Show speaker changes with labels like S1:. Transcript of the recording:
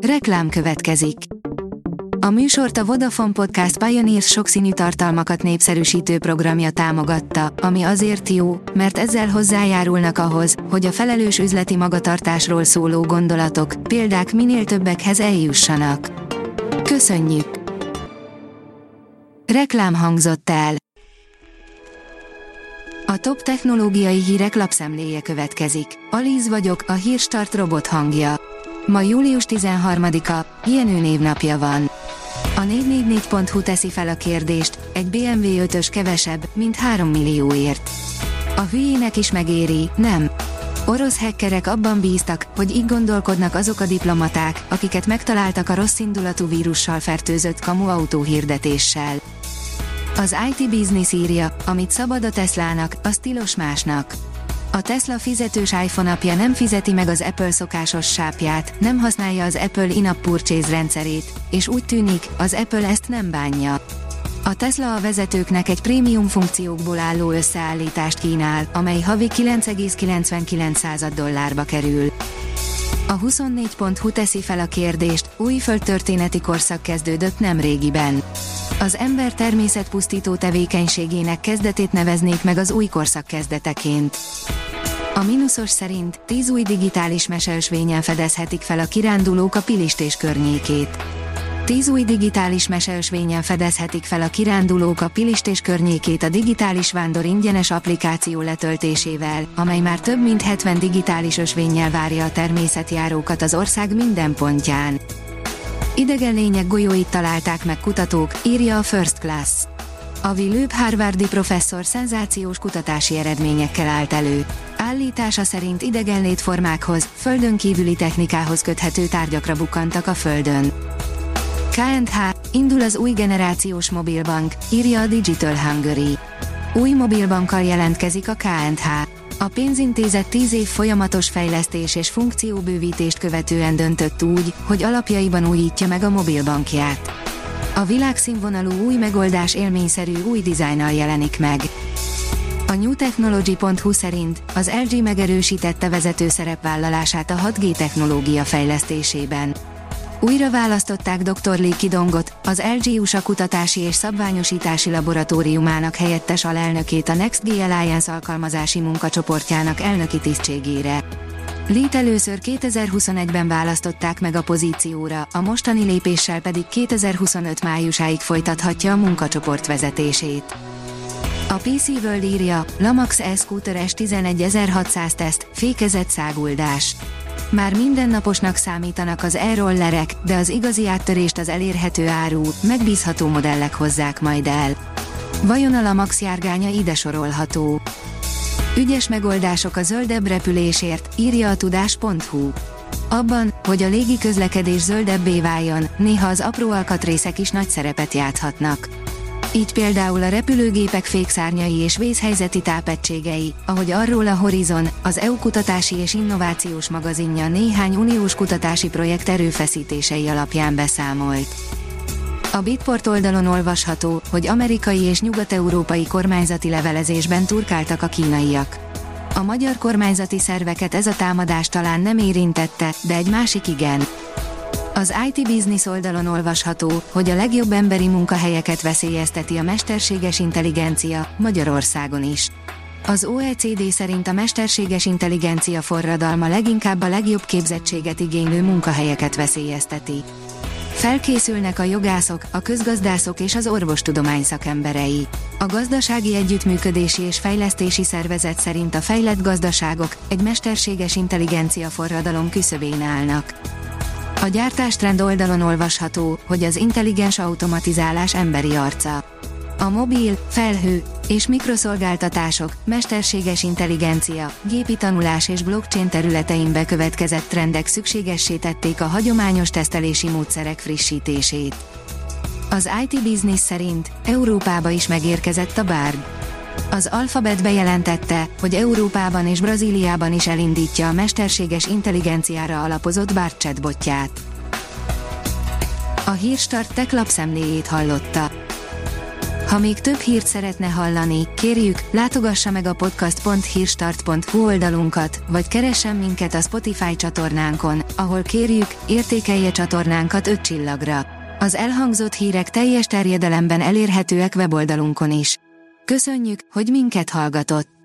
S1: Reklám következik. A műsort a Vodafone Podcast Pioneers sokszínű tartalmakat népszerűsítő programja támogatta, ami azért jó, mert ezzel hozzájárulnak ahhoz, hogy a felelős üzleti magatartásról szóló gondolatok, példák minél többekhez eljussanak. Köszönjük! Reklám hangzott el. A top technológiai hírek lapszemléje következik. Alíz vagyok, a Hírstart robot hangja. Ma július 13-a, Jenő névnapja van. A 444.hu teszi fel a kérdést, egy BMW 5-ös kevesebb, mint 3 millióért. A hülyének is megéri, nem? Orosz hackerek abban bíztak, hogy így gondolkodnak azok a diplomaták, akiket megtaláltak a rosszindulatú vírussal fertőzött kamu autóhirdetéssel. Az IT Business írja, amit szabad a Teslának, az tilos másnak. A Tesla fizetős iPhone appja nem fizeti meg az Apple szokásos sápját, nem használja az Apple in-app purchase rendszerét, és úgy tűnik, az Apple ezt nem bánja. A Tesla a vezetőknek egy prémium funkciókból álló összeállítást kínál, amely havi $9,99 kerül. A 24.hu teszi fel a kérdést, új földtörténeti korszak kezdődött nemrégiben. Az ember természetpusztító tevékenységének kezdetét neveznék meg az új korszak kezdeteként. A mínuszos szerint 10 új digitális meseösvénnyel fedezhetik fel a kirándulók a Pilist és környékét. 10 új digitális meseösvénnyel fedezhetik fel a kirándulók a Pilist és környékét a Digitális Vándor ingyenes applikáció letöltésével, amely már több mint 70 digitális ösvénnyel várja a természetjárókat az ország minden pontján. Idegen lények golyóit találták meg kutatók, írja a First Class. Avi Loeb harvardi professzor szenzációs kutatási eredményekkel állt elő. Állítása szerint idegen létformákhoz, földön kívüli technikához köthető tárgyakra bukkantak a Földön. KNH, indul az új generációs mobilbank, írja a Digital Hungary. Új mobilbankkal jelentkezik a KNH. A pénzintézet 10 év folyamatos fejlesztés és funkcióbővítést követően döntött úgy, hogy alapjaiban újítja meg a mobilbankját. A világszínvonalú új megoldás élményszerű új dizájnnal jelenik meg. A newtechnology.hu szerint az LG megerősítette vezető szerepvállalását a 6G technológia fejlesztésében. Újra választották dr. Lee Kidongot, az LG USA kutatási és szabványosítási laboratóriumának helyettes alelnökét a Next G Alliance alkalmazási munkacsoportjának elnöki tisztségére. Lee-t először 2021-ben választották meg a pozícióra, a mostani lépéssel pedig 2025 májusáig folytathatja a munkacsoport vezetését. A PC World írja, Lamax e-scooter S11600 teszt, fékezett száguldás. Már mindennaposnak számítanak az e-rollerek, de az igazi áttörést az elérhető áru, megbízható modellek hozzák majd el. Vajon a Lamax járgánya ide sorolható? Ügyes megoldások a zöldebb repülésért, írja a tudás.hu. Abban, hogy a légi közlekedés zöldebbé váljon, néha az apró alkatrészek is nagy szerepet játszhatnak. Így például a repülőgépek fékszárnyai és vészhelyzeti tápegységei, ahogy arról a Horizon, az EU kutatási és innovációs magazinja néhány uniós kutatási projekt erőfeszítései alapján beszámolt. A Bitport oldalon olvasható, hogy amerikai és nyugat-európai kormányzati levelezésben turkáltak a kínaiak. A magyar kormányzati szerveket ez a támadás talán nem érintette, de egy másik igen. Az IT Business oldalon olvasható, hogy a legjobb emberi munkahelyeket veszélyezteti a mesterséges intelligencia, Magyarországon is. Az OECD szerint a mesterséges intelligencia forradalma leginkább a legjobb képzettséget igénylő munkahelyeket veszélyezteti. Felkészülnek a jogászok, a közgazdászok és az orvostudomány szakemberei. A Gazdasági Együttműködési és Fejlesztési Szervezet szerint a fejlett gazdaságok egy mesterséges intelligencia forradalom küszöbén állnak. A gyártástrend oldalon olvasható, hogy az intelligens automatizálás emberi arca. A mobil, felhő és mikroszolgáltatások, mesterséges intelligencia, gépi tanulás és blockchain területein bekövetkezett trendek szükségessé tették a hagyományos tesztelési módszerek frissítését. Az IT Business szerint Európába is megérkezett a Bard. Az Alphabet bejelentette, hogy Európában és Brazíliában is elindítja a mesterséges intelligenciára alapozott Bard chatbotját. A Hírstart tech lapszemléjét hallotta. Ha még több hírt szeretne hallani, kérjük, látogassa meg a podcast.hírstart.hu oldalunkat, vagy keressen minket a Spotify csatornánkon, ahol kérjük, értékelje csatornánkat 5 csillagra. Az elhangzott hírek teljes terjedelemben elérhetőek weboldalunkon is. Köszönjük, hogy minket hallgatott!